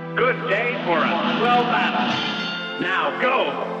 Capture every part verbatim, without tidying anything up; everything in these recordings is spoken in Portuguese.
Good day for a swell battle. Now go!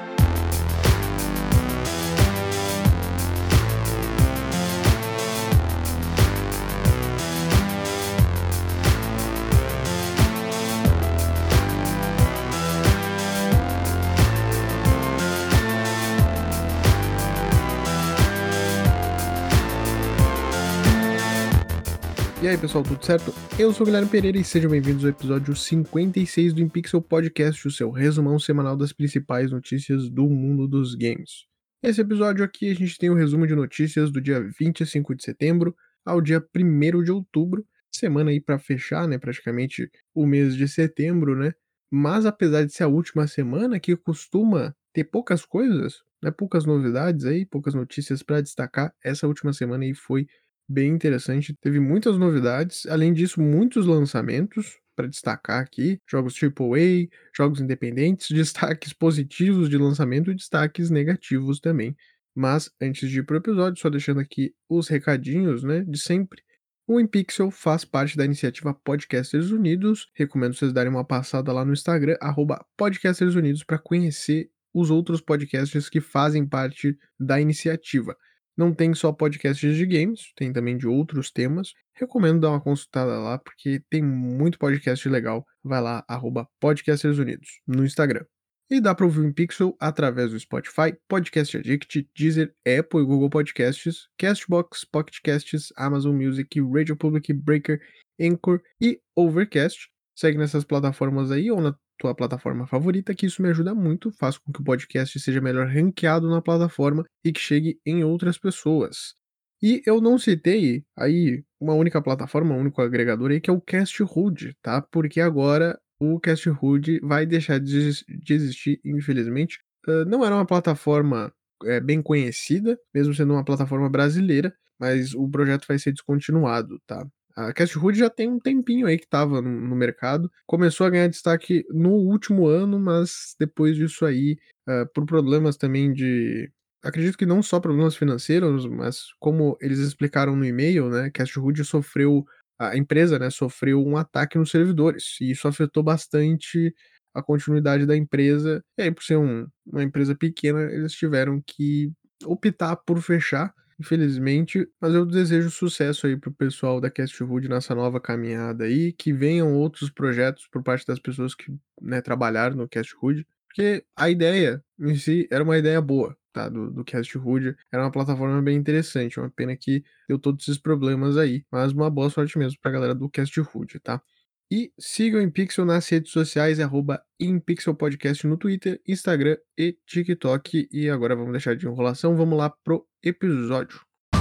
E aí pessoal, tudo certo? Eu sou o Guilherme Pereira e sejam bem-vindos ao episódio cinquenta e seis do InPixel Podcast, o seu resumão semanal das principais notícias do mundo dos games. Nesse episódio aqui a gente tem o um resumo de notícias do dia vinte e cinco de setembro ao dia primeiro de outubro, semana aí para fechar, né, praticamente o mês de setembro, né? Mas apesar de ser a última semana que costuma ter poucas coisas, né, poucas novidades aí, poucas notícias para destacar, essa última semana aí foi bem interessante, teve muitas novidades, além disso, muitos lançamentos para destacar aqui, jogos triplo A, jogos independentes, destaques positivos de lançamento e destaques negativos também. Mas antes de ir pro episódio, só deixando aqui os recadinhos, né, de sempre. O InPixel faz parte da iniciativa Podcasters Unidos. Recomendo vocês darem uma passada lá no Instagram, arroba Podcasters Unidos, para conhecer os outros podcasts que fazem parte da iniciativa. Não tem só podcasts de games, tem também de outros temas. Recomendo dar uma consultada lá, porque tem muito podcast legal. Vai lá, arroba Podcasters Unidos, no Instagram. E dá para ouvir o InPixel através do Spotify, Podcast Addict, Deezer, Apple e Google Podcasts, Castbox, Pocket Casts, Amazon Music, Radio Public, Breaker, Anchor e Overcast. Segue nessas plataformas aí ou na tua plataforma favorita, que isso me ajuda muito, faz com que o podcast seja melhor ranqueado na plataforma e que chegue em outras pessoas. E eu não citei aí uma única plataforma, um único agregador aí, que é o Casthood, tá? Porque agora o Casthood vai deixar de existir, infelizmente. Uh, não era uma plataforma é, bem conhecida, mesmo sendo uma plataforma brasileira, mas o projeto vai ser descontinuado, tá? A Casthood já tem um tempinho aí que estava no, no mercado, começou a ganhar destaque no último ano, mas depois disso aí, uh, por problemas também de... Acredito que não só problemas financeiros, mas como eles explicaram no e-mail, né, Casthood sofreu, a empresa, né, sofreu um ataque nos servidores, e isso afetou bastante a continuidade da empresa, e aí por ser um, uma empresa pequena, eles tiveram que optar por fechar, infelizmente, mas eu desejo sucesso aí pro pessoal da Casthood nessa nova caminhada aí, que venham outros projetos por parte das pessoas que, né, trabalharam no Casthood, porque a ideia em si era uma ideia boa, tá, do, do Casthood, era uma plataforma bem interessante, uma pena que deu todos esses problemas aí, mas uma boa sorte mesmo pra galera do Casthood, tá? E siga o InPixel nas redes sociais, arroba InPixelPodcast no Twitter, Instagram e TikTok. E agora vamos deixar de enrolação, vamos lá pro episódio.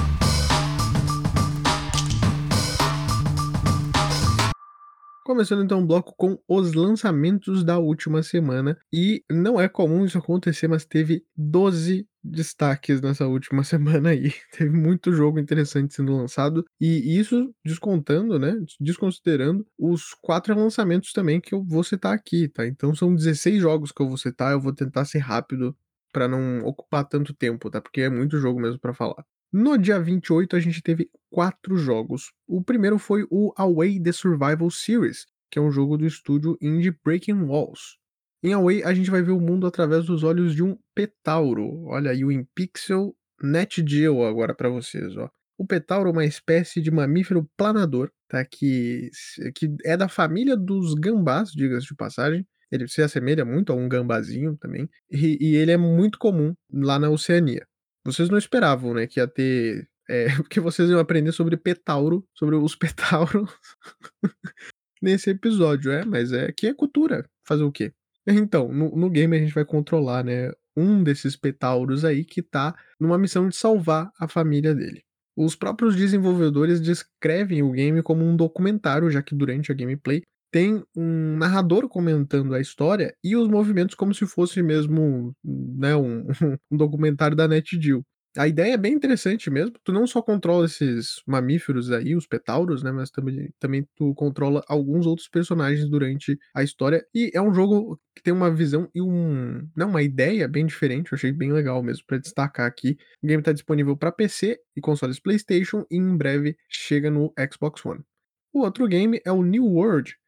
Começando então o bloco com os lançamentos da última semana, e não é comum isso acontecer, mas teve doze destaques nessa última semana aí, teve muito jogo interessante sendo lançado, e isso descontando, né, desconsiderando os quatro lançamentos também que eu vou citar aqui, tá? Então são dezesseis jogos que eu vou citar, eu vou tentar ser rápido para não ocupar tanto tempo, tá? Porque é muito jogo mesmo para falar. No dia vinte e oito a gente teve quatro jogos. O primeiro foi o Away The Survival Series, que é um jogo do estúdio indie Breaking Walls. Em Away a gente vai ver o mundo através dos olhos de um petauro. Olha aí o InPixel NetGeo agora para vocês, ó. O petauro é uma espécie de mamífero planador, tá? Que, que é da família dos gambás, diga-se de passagem. Ele se assemelha muito a um gambazinho também, e, e ele é muito comum lá na Oceania. Vocês não esperavam, né, que ia ter, é, que vocês iam aprender sobre petauro, sobre os petauros nesse episódio, é, mas é que é cultura, fazer o quê? Então, no, no game a gente vai controlar, né, um desses petauros aí que tá numa missão de salvar a família dele. Os próprios desenvolvedores descrevem o game como um documentário, já que durante a gameplay tem um narrador comentando a história e os movimentos como se fosse mesmo, né, um, um documentário da NetGeo. A ideia é bem interessante mesmo, tu não só controla esses mamíferos aí, os petauros, né, mas também, também tu controla alguns outros personagens durante a história, e é um jogo que tem uma visão e um, não, uma ideia bem diferente, eu achei bem legal mesmo para destacar aqui. O game tá disponível para P C e consoles PlayStation e em breve chega no Xbox One. O outro game é o New World,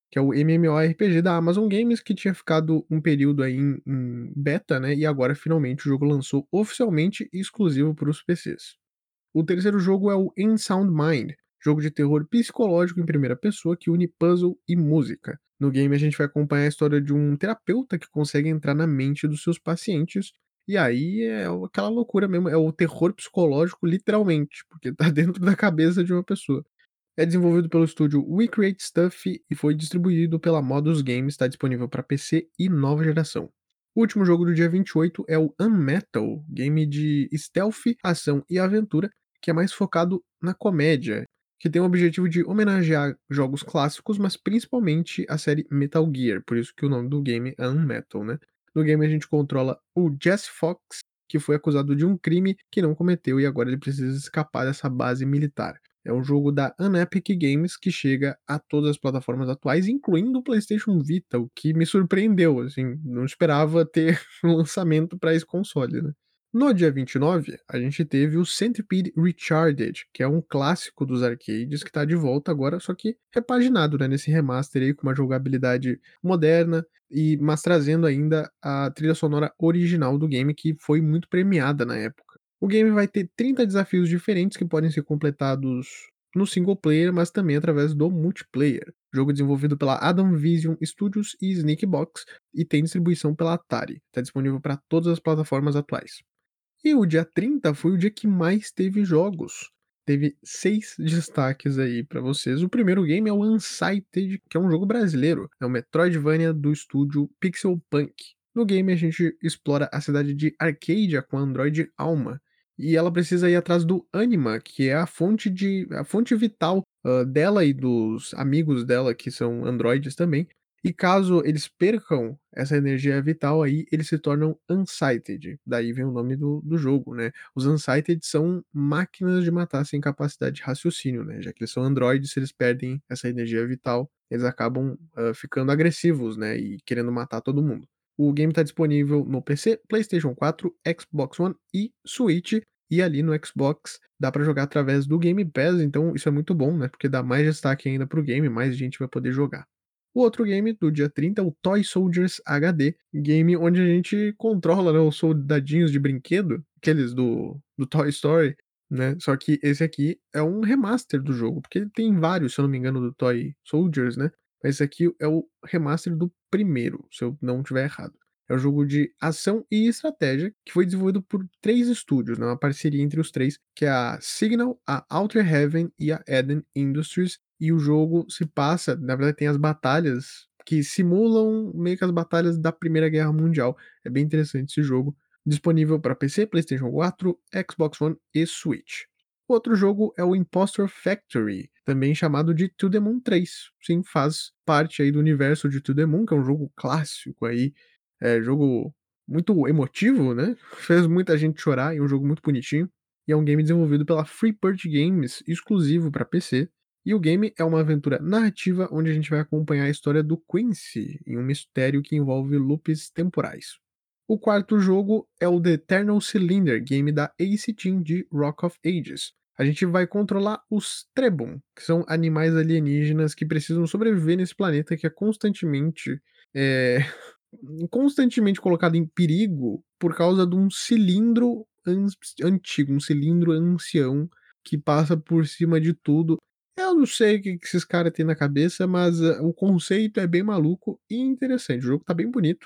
que é o MMORPG da Amazon Games, que tinha ficado um período aí em em beta, né, e agora finalmente o jogo lançou oficialmente e exclusivo para os P Cs. O terceiro jogo é o In Sound Mind, jogo de terror psicológico em primeira pessoa que une puzzle e música. No game a gente vai acompanhar a história de um terapeuta que consegue entrar na mente dos seus pacientes, e aí é o aquela loucura mesmo, é o terror psicológico literalmente, porque tá dentro da cabeça de uma pessoa. É desenvolvido pelo estúdio We Create Stuff e foi distribuído pela Modus Games, está disponível para P C e nova geração. O último jogo do dia vinte e oito é o Unmetal, game de stealth, ação e aventura, que é mais focado na comédia, que tem o objetivo de homenagear jogos clássicos, mas principalmente a série Metal Gear, por isso que o nome do game é Unmetal, né? No game a gente controla o Jesse Fox, que foi acusado de um crime que não cometeu e agora ele precisa escapar dessa base militar. É um jogo da Unepic Games que chega a todas as plataformas atuais, incluindo o PlayStation Vita, o que me surpreendeu, assim, não esperava ter um lançamento para esse console, né. No dia vinte e nove, a gente teve o Centipede Recharged, que é um clássico dos arcades que tá de volta agora, só que repaginado, né, nesse remaster aí com uma jogabilidade moderna e mas trazendo ainda a trilha sonora original do game que foi muito premiada na época. O game vai ter trinta desafios diferentes que podem ser completados no single player, mas também através do multiplayer. Jogo desenvolvido pela Adam Vision Studios e Sneakbox e tem distribuição pela Atari. Está disponível para todas as plataformas atuais. E o dia trinta foi o dia que mais teve jogos. Teve seis destaques aí para vocês. O primeiro game é o Unsighted, que é um jogo brasileiro. É o Metroidvania do estúdio Pixel Punk. No game a gente explora a cidade de Arcadia com a androide Alma. E ela precisa ir atrás do Anima, que é a fonte de a fonte vital, hã, dela e dos amigos dela, que são androides também, e caso eles percam essa energia vital aí, eles se tornam unsighted, daí vem o nome do do jogo, né. Os unsighted são máquinas de matar sem capacidade de raciocínio, né, já que eles são androides, se eles perdem essa energia vital, eles acabam, hã, ficando agressivos, né, e querendo matar todo mundo. O game está disponível no P C, PlayStation quatro, Xbox One e Switch, e ali no Xbox dá pra jogar através do Game Pass, então isso é muito bom, né, porque dá mais destaque ainda para o game, mais gente vai poder jogar. O outro game do dia trinta é o Toy Soldiers H D, game onde a gente controla, né, os soldadinhos de brinquedo, aqueles do do Toy Story, né, só que esse aqui é um remaster do jogo, porque tem vários, se eu não me engano, do Toy Soldiers, né, mas esse aqui é o remaster do primeiro, se eu não estiver errado. É um jogo de ação e estratégia que foi desenvolvido por três estúdios, né, uma parceria entre os três, que é a Signal, a Outer Heaven e a Eden Industries, e o jogo se passa na verdade tem as batalhas que simulam meio que as batalhas da Primeira Guerra Mundial. É bem interessante esse jogo, disponível para P C, PlayStation quatro, Xbox One e Switch. O outro jogo é o Impostor Factory, também chamado de To The Moon três. Sim, faz parte aí do universo de To The Moon, que é um jogo clássico aí, é jogo muito emotivo, né, fez muita gente chorar, é um jogo muito bonitinho, e é um game desenvolvido pela Freeport Games, exclusivo para P C, e o game é uma aventura narrativa onde a gente vai acompanhar a história do Quincy, em um mistério que envolve loops temporais. O quarto jogo é o The Eternal Cylinder, game da Ace Team de Rock of Ages. A gente vai controlar os Trebon, que são animais alienígenas que precisam sobreviver nesse planeta que é constantemente, eh, constantemente colocado em perigo por causa de um cilindro ans antigo, um cilindro ancião que passa por cima de tudo. Eu não sei o que que esses cara têm na cabeça, mas, hã, o conceito é bem maluco e interessante. O jogo tá bem bonito.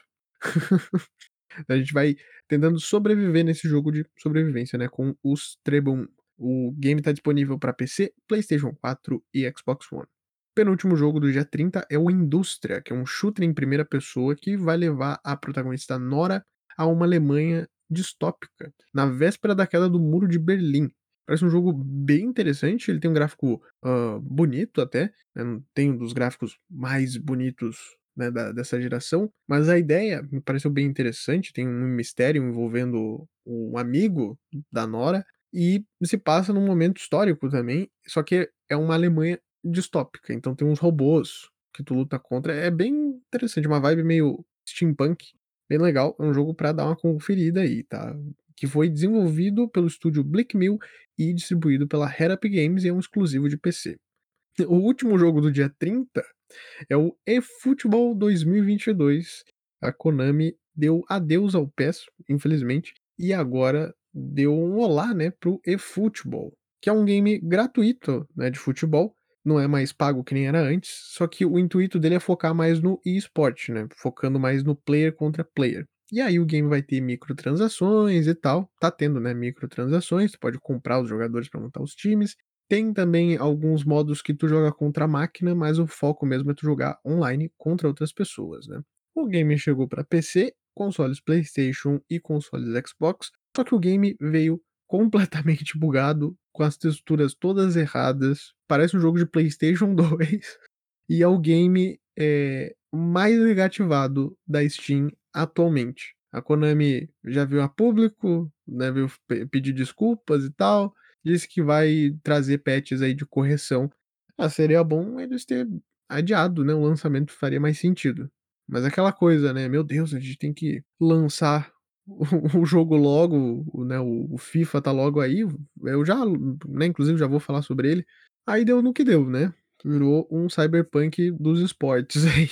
A gente vai tentando sobreviver nesse jogo de sobrevivência, né, com os Trebon. O game tá disponível para P C, PlayStation quatro e Xbox One. Penúltimo jogo do dia trinta é o Indústria, que é um shooter em primeira pessoa que vai levar a protagonista Nora a uma Alemanha distópica, na véspera da queda do Muro de Berlim. Parece um jogo bem interessante, ele tem um gráfico, hã, bonito até, né, não tem um dos gráficos mais bonitos, né, da dessa geração, mas a ideia me pareceu bem interessante, tem um mistério envolvendo um amigo da Nora, e se passa num momento histórico também, só que é uma Alemanha distópica, então tem uns robôs que tu luta contra, é bem interessante, uma vibe meio steampunk, bem legal, é um jogo pra dar uma conferida aí, tá. Que foi desenvolvido pelo estúdio Blick Mill e distribuído pela Headup Games e é um exclusivo de P C. O último jogo do dia trinta É o eFootball dois mil e vinte e dois. A Konami deu adeus ao PES, infelizmente, e agora deu um olá, né, para o eFootball, que é um game gratuito, né, de futebol, não é mais pago que nem era antes, só que o intuito dele é focar mais no eSport, né, focando mais no player contra player. E aí o game vai ter microtransações e tal, tá tendo, né, microtransações, tu pode comprar os jogadores para montar os times. Tem também alguns modos que tu joga contra a máquina, mas o foco mesmo é tu jogar online contra outras pessoas, né. O game chegou para P C, consoles PlayStation e consoles Xbox, só que o game veio completamente bugado, com as texturas todas erradas, parece um jogo de PlayStation dois, e é o game, eh, mais negativado da Steam atualmente. A Konami já veio a público, né, veio pe pedir desculpas e tal, disse que vai trazer patches aí de correção. Ah, seria bom eles ter adiado, né, o lançamento faria mais sentido. Mas aquela coisa, né, meu Deus, a gente tem que lançar o o jogo logo, o né, o o FIFA tá logo aí, eu já, né, inclusive já vou falar sobre ele, aí deu no que deu, né, virou um Cyberpunk dos esportes aí.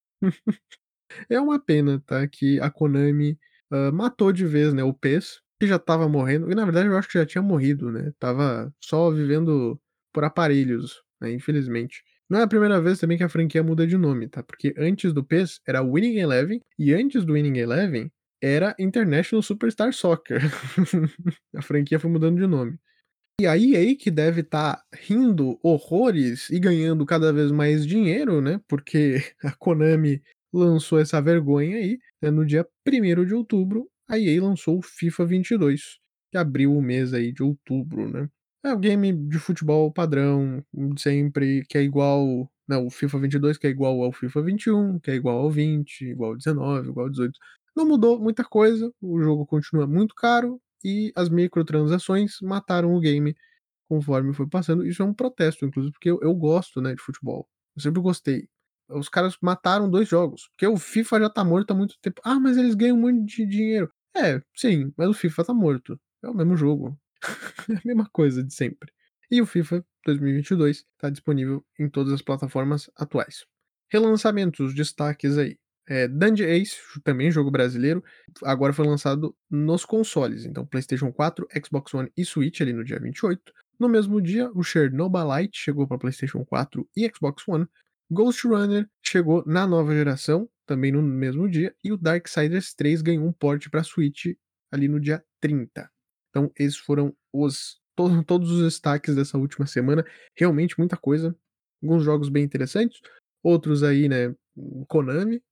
É uma pena, tá, que a Konami, hã, matou de vez, né, o PES, que já estava morrendo, e na verdade eu acho que já tinha morrido, né, estava só vivendo por aparelhos, né, infelizmente. Não é a primeira vez também que a franquia muda de nome, tá, porque antes do PES era Winning Eleven, e antes do Winning Eleven era International Superstar Soccer. A franquia foi mudando de nome. E a E A que deve estar rindo horrores e ganhando cada vez mais dinheiro, né, porque a Konami lançou essa vergonha aí, né, no dia primeiro de outubro, a E A lançou o FIFA vinte e dois, que abriu o mês aí de outubro, né. É um game de futebol padrão, de sempre, que é igual, né, o FIFA vinte e dois que é igual ao FIFA vinte e um, que é igual ao vinte, igual ao dezenove, igual ao dezoito. Não mudou muita coisa, o jogo continua muito caro e as microtransações mataram o game conforme foi passando. Isso é um protesto, inclusive, porque eu eu gosto, né, de futebol. Eu sempre gostei. Os caras mataram dois jogos, porque o FIFA já tá morto há muito tempo. "Ah, mas eles ganham muito de dinheiro". É, sim, mas o FIFA tá morto. É o mesmo jogo. É a mesma coisa de sempre. E o FIFA dois mil e vinte e dois tá disponível em todas as plataformas atuais. Relançamentos, destaques aí. Eh, Dungeon Ace, também jogo brasileiro, agora foi lançado nos consoles, então PlayStation quatro, Xbox One e Switch ali no dia vinte e oito. No mesmo dia, o Chernobylite chegou para PlayStation quatro e Xbox One. Ghost Runner chegou na nova geração, também no mesmo dia, e o Darksiders três ganhou um port para Switch ali no dia trinta. Então esses foram os to todos os destaques dessa última semana, realmente muita coisa, alguns jogos bem interessantes, outros aí, né, Konami,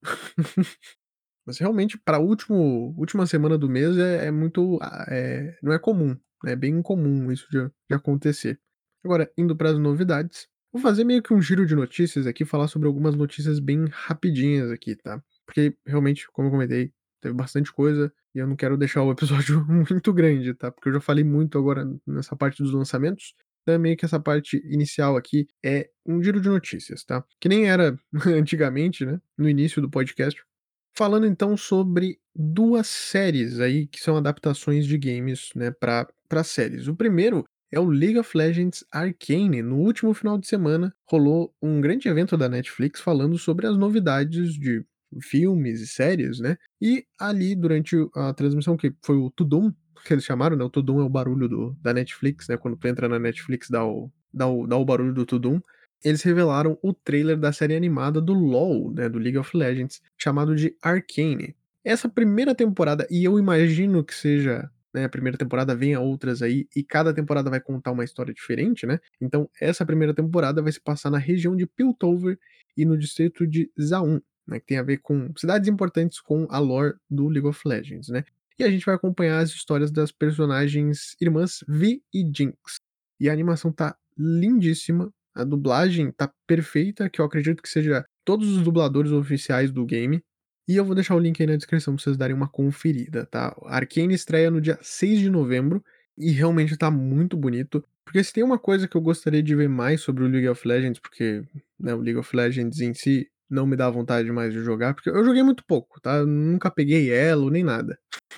mas realmente para último última semana do mês é é muito, ah, eh, não é comum, é bem incomum isso de de acontecer. Agora, indo para as novidades, vou fazer meio que um giro de notícias aqui, falar sobre algumas notícias bem rapidinhas aqui, tá. Porque realmente, como eu comentei, teve bastante coisa e eu não quero deixar o episódio muito grande, tá, porque eu já falei muito agora nessa parte dos lançamentos, então é meio que essa parte inicial aqui é um giro de notícias, tá. Que nem era antigamente, né, no início do podcast. Falando então sobre duas séries aí que são adaptações de games, né, pra pra séries. O primeiro é o League of Legends Arcane. No último final de semana rolou um grande evento da Netflix falando sobre as novidades de filmes e séries, né, e ali durante o a transmissão que foi o Tudum, que eles chamaram, né, o Tudum é o barulho do da Netflix, né, quando tu entra na Netflix dá o dá o dá o barulho do Tudum. Eles revelaram o trailer da série animada do LoL, né, do League of Legends, chamado de Arcane. Essa primeira temporada, e eu imagino que seja, né, a primeira temporada, venha outras aí, e cada temporada vai contar uma história diferente, né, então essa primeira temporada vai se passar na região de Piltover e no distrito de Zaun, né, que tem a ver com cidades importantes com a lore do League of Legends, né. E a gente vai acompanhar as histórias das personagens irmãs Vi e Jinx. E a animação tá lindíssima, a dublagem tá perfeita, que eu acredito que seja todos os dubladores oficiais do game. E eu vou deixar o link aí na descrição pra vocês darem uma conferida, tá. Arcane estreia no dia seis de novembro e realmente tá muito bonito, porque se tem uma coisa que eu gostaria de ver mais sobre o League of Legends, porque, né, o League of Legends em si não me dá vontade mais de jogar, porque eu joguei muito pouco, tá, nunca peguei elo nem nada.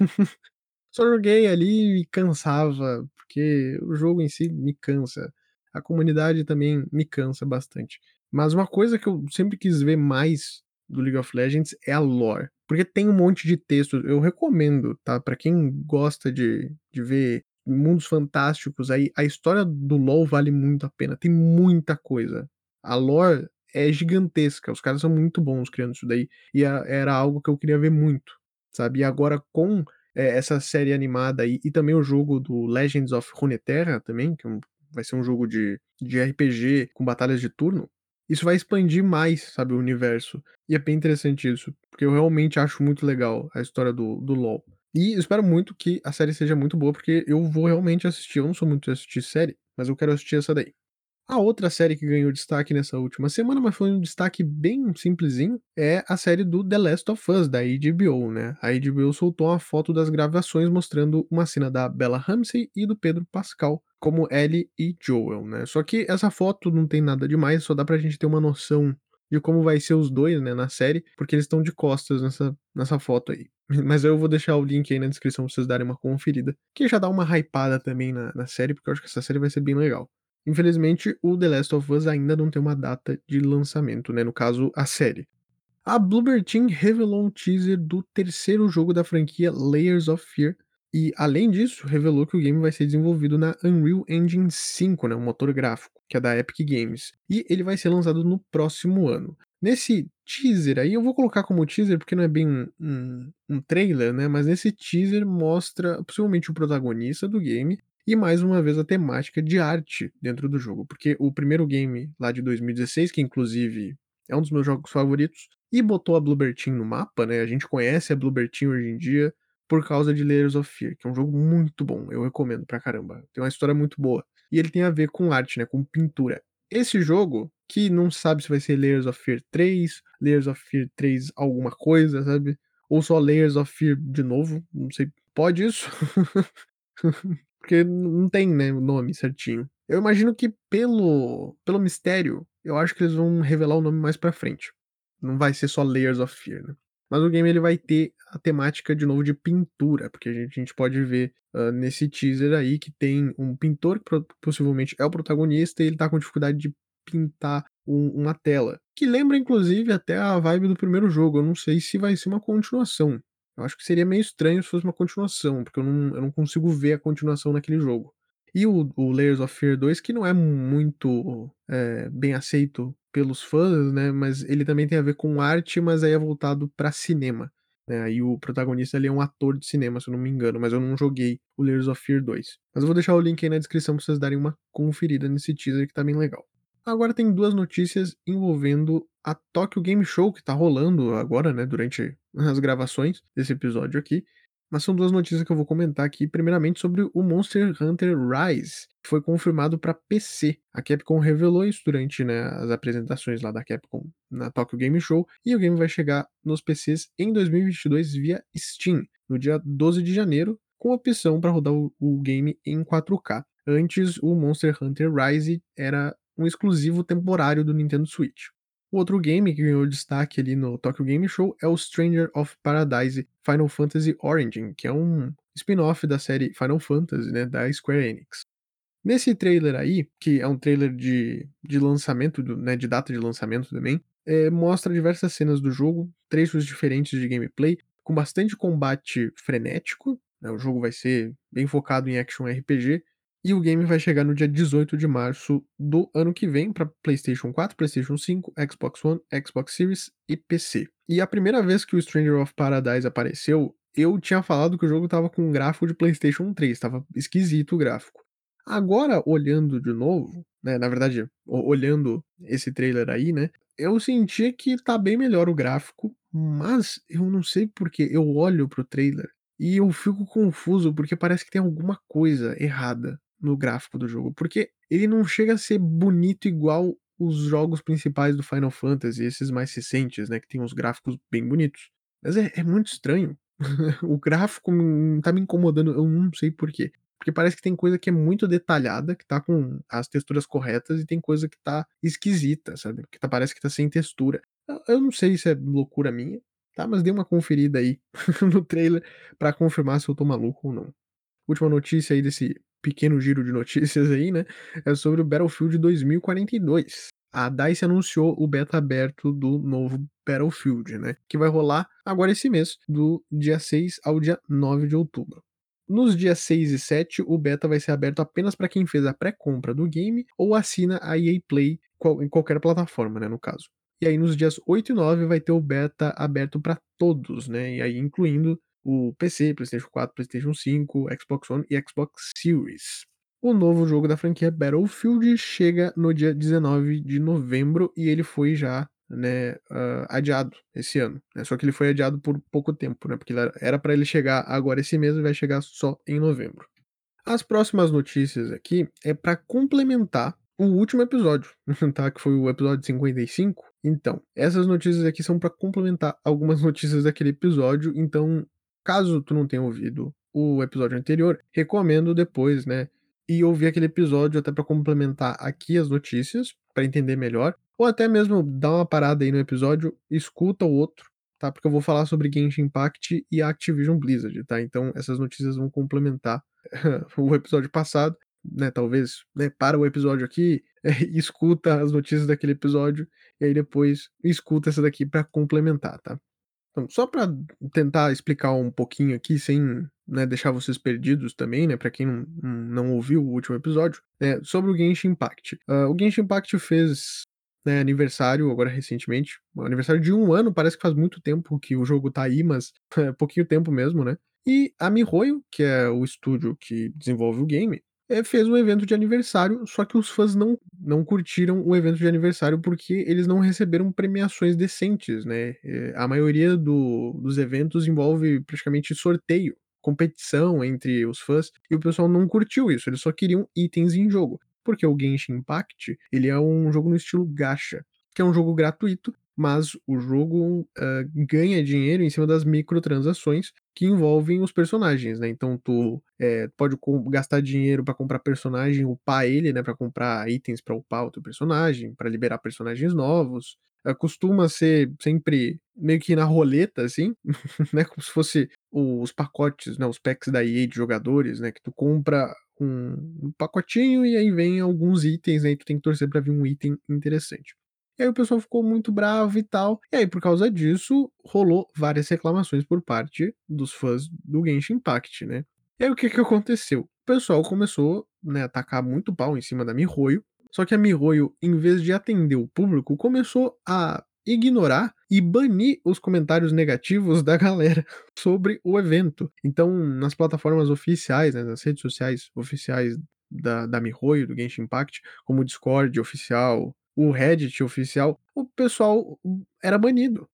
Só joguei ali e cansava, porque o jogo em si me cansa. A comunidade também me cansa bastante. Mas uma coisa que eu sempre quis ver mais do League of Legends é a lore, porque tem um monte de texto, eu recomendo, tá, pra quem gosta de de ver mundos fantásticos, aí a história do LoL vale muito a pena, tem muita coisa. A lore é gigantesca, os caras são muito bons criando isso daí, e a era algo que eu queria ver muito, sabe. E agora com, eh, essa série animada aí, e também o jogo do Legends of Runeterra também, que é um vai ser um jogo de de R P G com batalhas de turno, isso vai expandir mais, sabe, o universo. E é bem interessante isso, porque eu realmente acho muito legal a história do do LoL. E eu espero muito que a série seja muito boa, porque eu vou realmente assistir. Eu não sou muito de assistir série, mas eu quero assistir essa daí. A outra série que ganhou destaque nessa última semana, mas foi um destaque bem simplesinho, é a série do The Last of Us, da H B O, né. A H B O soltou uma foto das gravações mostrando uma cena da Bella Ramsey e do Pedro Pascal como Ellie e Joel, né. Só que essa foto não tem nada demais, só dá pra gente ter uma noção de como vai ser os dois, né, na série, porque eles estão de costas nessa nessa foto aí. Mas eu vou deixar o link aí na descrição pra vocês darem uma conferida, que já dá uma hypada também na na série, porque eu acho que essa série vai ser bem legal. Infelizmente, o The Last of Us ainda não tem uma data de lançamento, né, no caso, a série. A Bloober Team revelou um teaser do terceiro jogo da franquia Layers of Fear, e além disso, revelou que o game vai ser desenvolvido na Unreal Engine cinco, né, um motor gráfico, que é da Epic Games, e ele vai ser lançado no próximo ano. Nesse teaser aí, eu vou colocar como teaser porque não é bem um um um trailer, né, mas nesse teaser mostra possivelmente o protagonista do game e mais uma vez a temática de arte dentro do jogo, porque o primeiro game lá de dois mil e dezesseis, que inclusive é um dos meus jogos favoritos, e botou a Bloober Team no mapa, né, a gente conhece a Bloober Team hoje em dia por causa de Layers of Fear, que é um jogo muito bom, eu recomendo pra caramba, tem uma história muito boa. E ele tem a ver com arte, né, com pintura. Esse jogo, que não sabe se vai ser Layers of Fear três, Layers of Fear três alguma coisa, sabe, ou só Layers of Fear de novo, não sei, pode isso? Porque não tem, né, o nome certinho. Eu imagino que pelo pelo mistério, eu acho que eles vão revelar o nome mais pra frente. Não vai ser só Layers of Fear, né. Mas o game ele vai ter a temática de novo de pintura, porque a gente a gente pode ver, hã, nesse teaser aí que tem um pintor que pro possivelmente é o protagonista e ele tá com dificuldade de pintar um uma tela, que lembra inclusive até a vibe do primeiro jogo, eu não sei se vai ser uma continuação. Eu acho que seria meio estranho se fosse uma continuação, porque eu não eu não consigo ver a continuação naquele jogo. E o o Layers of Fear dois, que não é muito, eh, bem aceito pelos fãs, né, mas ele também tem a ver com arte, mas aí é voltado pra cinema, né, aí o protagonista ele é um ator de cinema, se eu não me engano, mas eu não joguei o Layers of Fear dois. Mas eu vou deixar o link aí na descrição pra vocês darem uma conferida nesse teaser que tá bem legal. Agora tem duas notícias envolvendo a Tokyo Game Show que tá rolando agora, né, durante as gravações desse episódio aqui, mas são duas notícias que eu vou comentar aqui, primeiramente sobre o Monster Hunter Rise, que foi confirmado pra P C. A Capcom revelou isso durante, né, as apresentações lá da Capcom na Tokyo Game Show, e o game vai chegar nos P Cs em dois mil e vinte e dois via Steam, no dia doze de janeiro, com opção pra rodar o o game em quatro K. Antes, o Monster Hunter Rise era um exclusivo temporário do Nintendo Switch. O outro game que ganhou destaque ali no Tokyo Game Show é o Stranger of Paradise Final Fantasy Origin, que é um spin-off da série Final Fantasy, né, da Square Enix. Nesse trailer aí, que é um trailer de de lançamento do né, de data de lançamento também, eh, mostra diversas cenas do jogo, trechos diferentes de gameplay, com bastante combate frenético, né, o jogo vai ser bem focado em action R P G, e o game vai chegar no dia dezoito de março do ano que vem pra PlayStation quatro, PlayStation cinco, Xbox One, Xbox Series e P C. E a primeira vez que o Stranger of Paradise apareceu, eu tinha falado que o jogo estava com um gráfico de PlayStation três, estava esquisito o gráfico. Agora olhando de novo, né, na verdade, o olhando esse trailer aí, né, eu senti que tá bem melhor o gráfico, mas eu não sei porque eu olho para o trailer e eu fico confuso, porque parece que tem alguma coisa errada no gráfico do jogo, porque ele não chega a ser bonito igual os jogos principais do Final Fantasy, esses mais recentes, né, que tem uns gráficos bem bonitos. Mas é é muito estranho. O gráfico, hum, tá me incomodando, eu não sei por quê. Porque parece que tem coisa que é muito detalhada, que tá com as texturas corretas, e tem coisa que tá esquisita, sabe, que tá parece que tá sem textura. Eu eu não sei se é loucura minha, tá, mas dê uma conferida aí no trailer pra confirmar se eu tô maluco ou não. Última notícia aí desse pequeno giro de notícias aí, né, é sobre o Battlefield dois mil e quarenta e dois. a DICE anunciou o beta aberto do novo Battlefield, né, que vai rolar agora esse mês, do dia seis ao dia nove de outubro. Nos dias seis e sete, o beta vai ser aberto apenas para quem fez a pré-compra do game ou assina a E A Play qual- em qualquer plataforma, né, no caso. E aí nos dias oito e nove vai ter o beta aberto para todos, né, e aí incluindo o P C, PlayStation quatro, PlayStation cinco, Xbox One e Xbox Series. O novo jogo da franquia Battlefield chega no dia dezenove de novembro e ele foi já, né, hã, adiado esse ano, né, só que ele foi adiado por pouco tempo, né, porque ele era era pra ele chegar agora esse mês e vai chegar só em novembro. As próximas notícias aqui é para complementar o último episódio, tá, que foi o episódio cinquenta e cinco. Então, essas notícias aqui são para complementar algumas notícias daquele episódio, então, caso tu não tenha ouvido o episódio anterior, recomendo depois, né, ir ouvir aquele episódio até para complementar aqui as notícias, para entender melhor, ou até mesmo dar uma parada aí no episódio, escuta o outro, tá, porque eu vou falar sobre Genshin Impact e a Activision Blizzard, tá, então essas notícias vão complementar o episódio passado, né, talvez, né, para o episódio aqui, e escuta as notícias daquele episódio, e aí depois escuta essa daqui para complementar, tá. Então, só para tentar explicar um pouquinho aqui sem, né, deixar vocês perdidos também, né, para quem não não ouviu o último episódio, né, sobre o Genshin Impact. Hã, o Genshin Impact fez, né, aniversário agora recentemente, o aniversário de um ano, parece que faz muito tempo que o jogo tá aí, mas é pouquinho tempo mesmo, né. E a miHoYo, que é o estúdio que desenvolve o game, eh, fez um evento de aniversário, só que os fãs não não curtiram o evento de aniversário, porque eles não receberam premiações decentes, né. Eh, a maioria do dos eventos envolve praticamente sorteio, competição entre os fãs, e o pessoal não curtiu isso, eles só queriam itens em jogo. Porque o Genshin Impact, ele é um jogo no estilo gacha, que é um jogo gratuito, mas o jogo, hã, ganha dinheiro em cima das microtransações que envolvem os personagens, né. Então tu, eh, pode com gastar dinheiro pra comprar personagem, upar ele, né, pra comprar itens pra upar o teu personagem, pra liberar personagens novos. Hã, costuma ser sempre meio que na roleta, assim, né, como se fosse os pacotes, né, os packs da E A de jogadores, né, que tu compra um um pacotinho e aí vem alguns itens, né, e tu tem que torcer pra vir um item interessante. E aí o pessoal ficou muito bravo e tal, e aí por causa disso, rolou várias reclamações por parte dos fãs do Genshin Impact, né. E aí o que que aconteceu? O pessoal começou, né, a tacar muito pau em cima da miHoYo, só que a miHoYo, em vez de atender o público, começou a ignorar e banir os comentários negativos da galera sobre o evento. Então, nas plataformas oficiais, né, nas redes sociais oficiais da da miHoYo, do Genshin Impact, como o Discord oficial, o Reddit oficial, o pessoal era banido.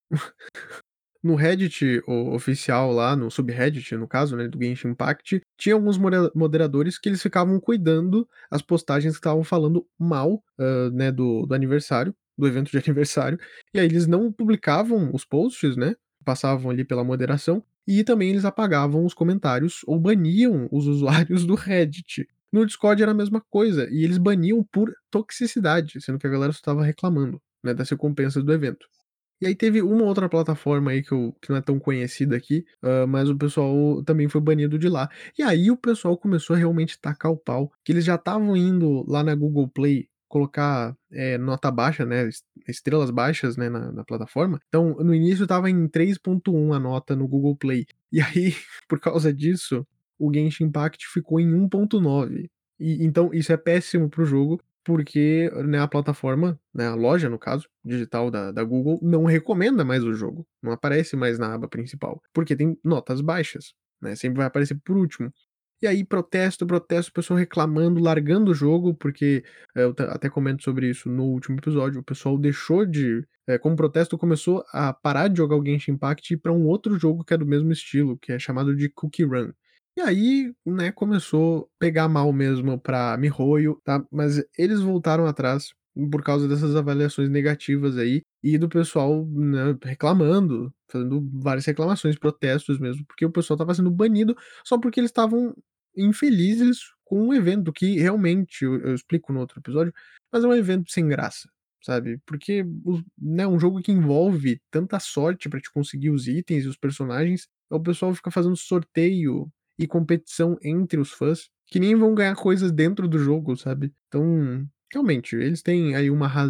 No Reddit o oficial lá, no subreddit, no caso, né, do Genshin Impact, tinha alguns modera moderadores que eles ficavam cuidando as postagens que estavam falando mal, hã, né, do do aniversário, do evento de aniversário, e aí eles não publicavam os posts, né, passavam ali pela moderação, e também eles apagavam os comentários ou baniam os usuários do Reddit. No Discord era a mesma coisa, e eles baniam por toxicidade, sendo que a galera só estava reclamando, né, das recompensas do evento. E aí teve uma outra plataforma aí que eu que não é tão conhecida aqui, hã, mas o pessoal também foi banido de lá. E aí o pessoal começou a realmente tacar o pau, que eles já estavam indo lá na Google Play colocar, eh, nota baixa, né, es estrelas baixas, né, na na plataforma. Então, no início estava em três ponto um a nota no Google Play. E aí, por causa disso, o Genshin Impact ficou em um ponto nove. E então isso é péssimo para o jogo, porque, né, a plataforma, né, a loja no caso, digital da da Google, não recomenda mais o jogo, não aparece mais na aba principal, porque tem notas baixas, né, sempre vai aparecer por último. E aí protesto, protesto, pessoal reclamando, largando o jogo, porque, eh, eu ta até comento sobre isso no último episódio, o pessoal deixou de eh, como protesto começou a parar de jogar o Genshin Impact e ir pra um outro jogo que é do mesmo estilo, que é chamado de Cookie Run. E aí, né, começou a pegar mal mesmo pra miHoYo, tá, mas eles voltaram atrás por causa dessas avaliações negativas aí, e do pessoal, né, reclamando, fazendo várias reclamações, protestos mesmo, porque o pessoal estava sendo banido só porque eles estavam infelizes com um evento que realmente, eu eu explico no outro episódio, mas é um evento sem graça, sabe, porque o né, um jogo que envolve tanta sorte pra te conseguir os itens e os personagens, o pessoal fica fazendo sorteio e competição entre os fãs, que nem vão ganhar coisas dentro do jogo, sabe. Então, realmente, eles têm aí uma razão,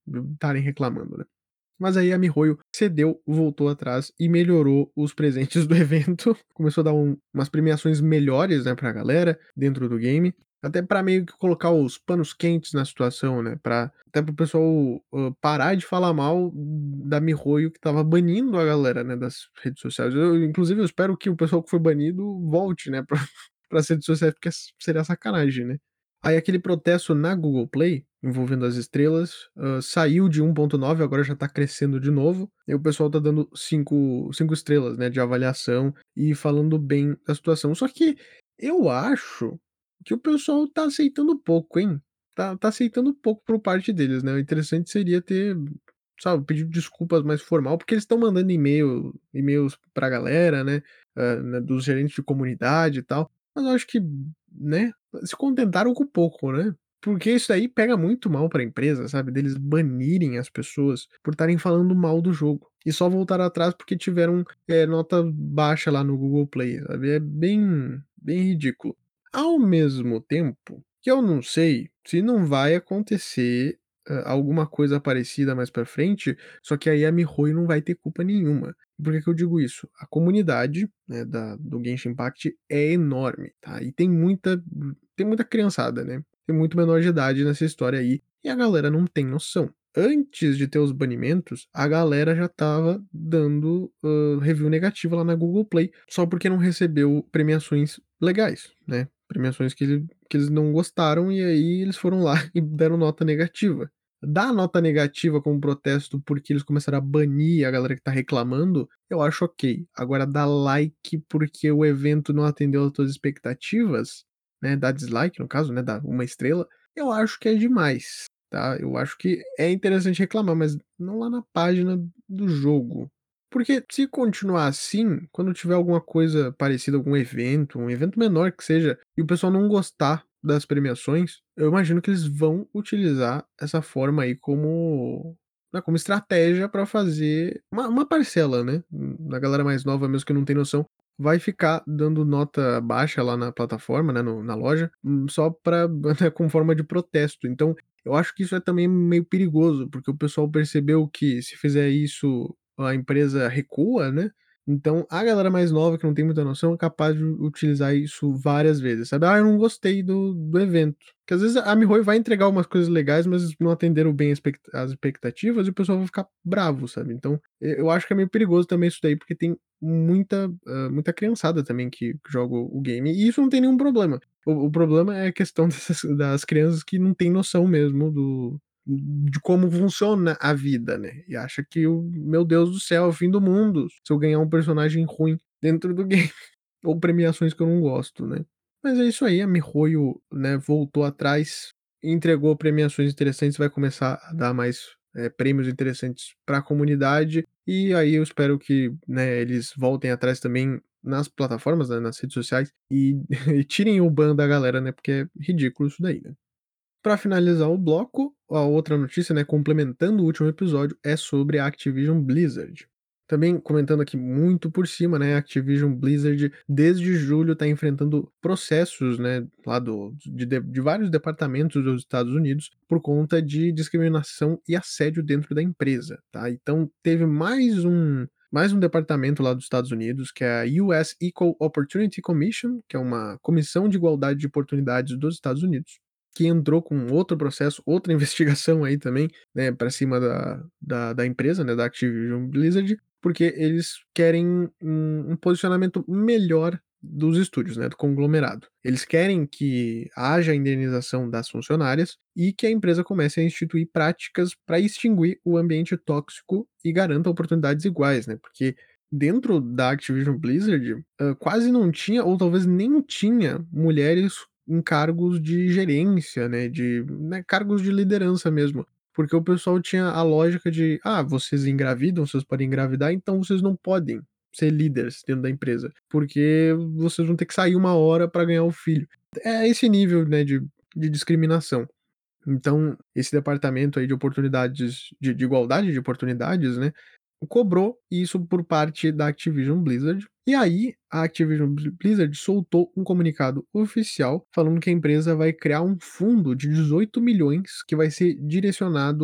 estarem reclamando, né. Mas aí a miHoYo cedeu, voltou atrás e melhorou os presentes do evento, começou a dar um umas premiações melhores, né, pra galera dentro do game, até pra meio que colocar os panos quentes na situação, né, pra até para o pessoal, hã, parar de falar mal da miHoYo que estava banindo a galera, né, das redes sociais. Eu inclusive eu espero que o pessoal que foi banido volte, né, pra para as redes sociais, porque seria sacanagem, né. Aí aquele protesto na Google Play, envolvendo as estrelas, hã, saiu de um ponto nove, agora já tá crescendo de novo, e o pessoal tá dando cinco cinco estrelas, né, de avaliação e falando bem da situação. Só que eu acho que o pessoal tá aceitando pouco, hein. Tá tá aceitando pouco por parte deles, né, o interessante seria ter, sabe, pedido desculpas mais formal, porque eles estão mandando e-mail e-mails pra galera, né, hã, né, dos gerentes de comunidade e tal, mas eu acho que, né, se contentaram com pouco, né. Porque isso daí pega muito mal pra empresa, sabe, deles banirem as pessoas por estarem falando mal do jogo, e só voltaram atrás porque tiveram, eh, nota baixa lá no Google Play, sabe, é bem bem ridículo. Ao mesmo tempo que eu não sei se não vai acontecer, hã, alguma coisa parecida mais pra frente, só que aí a miHoYo não vai ter culpa nenhuma. Por que que eu digo isso? A comunidade, né, da do Genshin Impact é enorme, tá, e tem muita tem muita criançada, né, tem muito menor de idade nessa história aí, e a galera não tem noção. Antes de ter os banimentos, a galera já estava dando, hã, review negativa lá na Google Play, só porque não recebeu premiações legais, né, premiações que ele que eles não gostaram, e aí eles foram lá e deram nota negativa. Dar nota negativa como protesto, porque eles começaram a banir a galera que tá reclamando, eu acho ok. Agora dar like porque o evento não atendeu às tuas expectativas, né, dar dislike no caso, né, dar uma estrela, eu acho que é demais, tá. Eu acho que é interessante reclamar, mas não lá na página do jogo. Porque se continuar assim, quando tiver alguma coisa parecida, algum evento, um evento menor que seja, e o pessoal não gostar das premiações, eu imagino que eles vão utilizar essa forma aí como, né, como estratégia pra fazer uma uma parcela, né, da galera mais nova mesmo que não tem noção, vai ficar dando nota baixa lá na plataforma, né, no na loja, hum, só pra né, com forma de protesto. Então, eu acho que isso é também meio perigoso, porque o pessoal percebeu que se fizer isso, a empresa recua, né, então a galera mais nova que não tem muita noção é capaz de utilizar isso várias vezes, sabe. "Ah, eu não gostei do do evento", porque às vezes a miHoYo vai entregar umas coisas legais, mas não atenderam bem a expec as expectativas e o pessoal vai ficar bravo, sabe. Então, e eu acho que é meio perigoso também isso daí, porque tem muita, hã, muita criançada também que que joga o game, e isso não tem nenhum problema. O o problema é a questão dessas das crianças que não têm noção mesmo do de como funciona a vida, né, e acha que o meu Deus do céu, é o fim do mundo se eu ganhar um personagem ruim dentro do game, ou premiações que eu não gosto, né. Mas é isso aí, a miHoYo, né, voltou atrás, entregou premiações interessantes, vai começar a dar mais, eh, prêmios interessantes pra comunidade, e aí eu espero que, né, eles voltem atrás também nas plataformas, né, nas redes sociais, e e tirem o ban da galera, né, porque é ridículo isso daí, né. Pra finalizar o bloco, a outra notícia, né, complementando o último episódio, é sobre a Activision Blizzard. Também comentando aqui muito por cima, né, a Activision Blizzard desde julho tá enfrentando processos, né, lá do de de vários departamentos dos Estados Unidos, por conta de discriminação e assédio dentro da empresa, tá. Então teve mais um mais um departamento lá dos Estados Unidos, que é a U S Equal Opportunity Commission, que é uma comissão de igualdade de oportunidades dos Estados Unidos, que entrou com outro processo, outra investigação aí também, né, pra cima da da da empresa, né, da Activision Blizzard, porque eles querem um um posicionamento melhor dos estúdios, né, do conglomerado. Eles querem que haja indenização das funcionárias e que a empresa comece a instituir práticas pra extinguir o ambiente tóxico e garanta oportunidades iguais, né, porque dentro da Activision Blizzard, hã, quase não tinha ou talvez nem tinha mulheres em cargos de gerência, né, de, né, cargos de liderança mesmo, porque o pessoal tinha a lógica de: "Ah, vocês engravidam, vocês podem engravidar, então vocês não podem ser líderes dentro da empresa, porque vocês vão ter que sair uma hora pra ganhar o filho". É esse nível, né, de de discriminação. Então, esse departamento aí de oportunidades de de igualdade de oportunidades, né, cobrou isso por parte da Activision Blizzard, e aí a Activision Blizzard soltou um comunicado oficial falando que a empresa vai criar um fundo de dezoito milhões que vai ser direcionado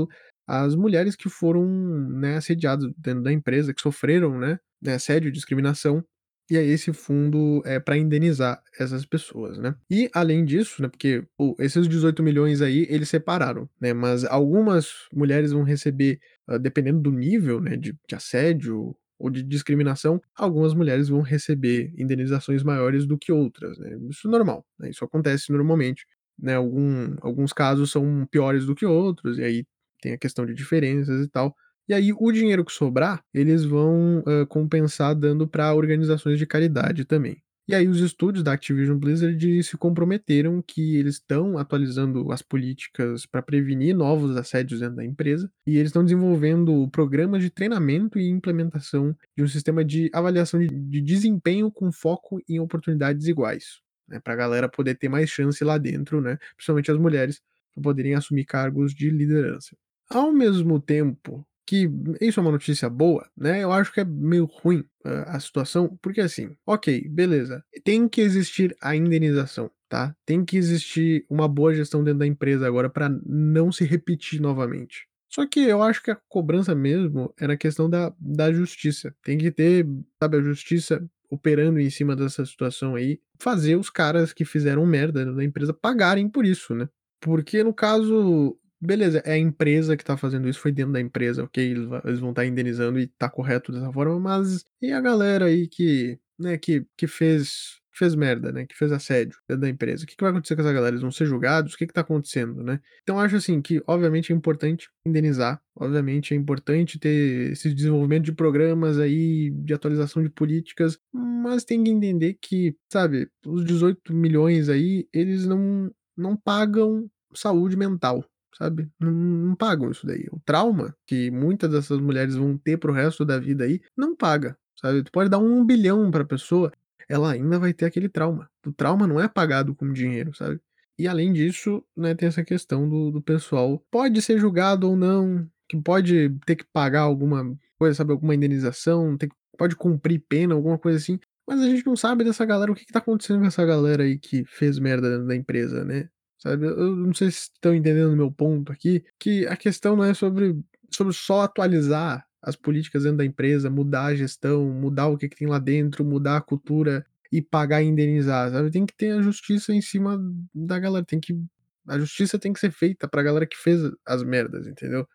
as mulheres que foram, né, assediadas dentro da empresa, que sofreram, né, né, assédio e discriminação, e aí esse fundo é para indenizar essas pessoas, né. E além disso, né, porque o esses dezoito milhões aí, eles separaram, né, mas algumas mulheres vão receber, hã, dependendo do nível, né, de de assédio ou de discriminação, algumas mulheres vão receber indenizações maiores do que outras, né, isso é normal, né, isso acontece normalmente, né, algum alguns casos são piores do que outros, e aí tem a questão de diferenças e tal. E aí o dinheiro que sobrar, eles vão, hã, compensar dando para organizações de caridade também. E aí os estúdios da Activision Blizzard se comprometeram que eles estão atualizando as políticas para prevenir novos assédios dentro da empresa, e eles estão desenvolvendo programas de treinamento e implementação de um sistema de avaliação de de desempenho com foco em oportunidades iguais, né, pra galera poder ter mais chance lá dentro, né, principalmente as mulheres, pra poderem assumir cargos de liderança. Ao mesmo tempo que isso é uma notícia boa, né, eu acho que é meio ruim, hã, a situação, porque assim, ok, beleza, tem que existir a indenização, tá, tem que existir uma boa gestão dentro da empresa agora pra não se repetir novamente. Só que eu acho que a cobrança mesmo é na questão da da justiça, tem que ter, sabe, a justiça operando em cima dessa situação aí, fazer os caras que fizeram merda na empresa pagarem por isso, né. Porque no caso, beleza, é a empresa que tá fazendo isso, foi dentro da empresa, ok, eles va eles vão estar indenizando e tá correto dessa forma, mas e a galera aí que, né, que que fez fez merda, né, que fez assédio dentro da empresa, o que que vai acontecer com essa galera? Eles vão ser julgados? O que que tá acontecendo, né? Então eu acho assim que obviamente é importante indenizar, obviamente é importante ter esse desenvolvimento de programas aí, de atualização de políticas, mas tem que entender que, sabe, os dezoito milhões aí, eles não não pagam saúde mental, sabe, não não pagam isso daí. O trauma que muitas dessas mulheres vão ter para o resto da vida aí, não paga, sabe. Tu pode dar um bilhão pra pessoa, ela ainda vai ter aquele trauma. O trauma não é pagado com dinheiro, sabe. E além disso, né, tem essa questão do do pessoal pode ser julgado ou não, que pode ter que pagar alguma coisa, sabe, alguma indenização, tem pode cumprir pena, alguma coisa assim, mas a gente não sabe dessa galera, o que que tá acontecendo com essa galera aí que fez merda dentro da empresa, né, sabe. Eu eu não sei se estão entendendo o meu ponto aqui, que a questão não é sobre sobre só atualizar as políticas dentro da empresa, mudar a gestão, mudar o que que tem lá dentro, mudar a cultura e pagar e indenizar, sabe. Tem que ter a justiça em cima da galera, tem que a justiça tem que ser feita pra galera que fez as merdas, entendeu.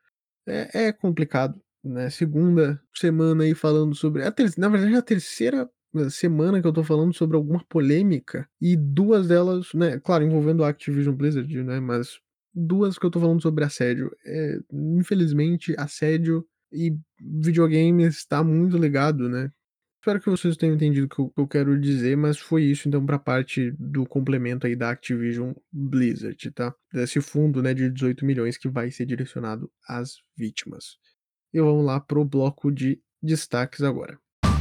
É é complicado, né, segunda semana aí falando sobre a ter na verdade é a terceira semana que eu tô falando sobre alguma polêmica, e duas delas, né, claro, envolvendo a Activision Blizzard, né, mas duas que eu tô falando sobre assédio. Eh, infelizmente assédio e videogames tá muito ligado, né. Espero que vocês tenham entendido o que eu que eu quero dizer, mas foi isso então pra parte do complemento aí da Activision Blizzard, tá. Desse fundo, né, de dezoito milhões que vai ser direcionado às vítimas. E vamos lá para o bloco de destaques agora.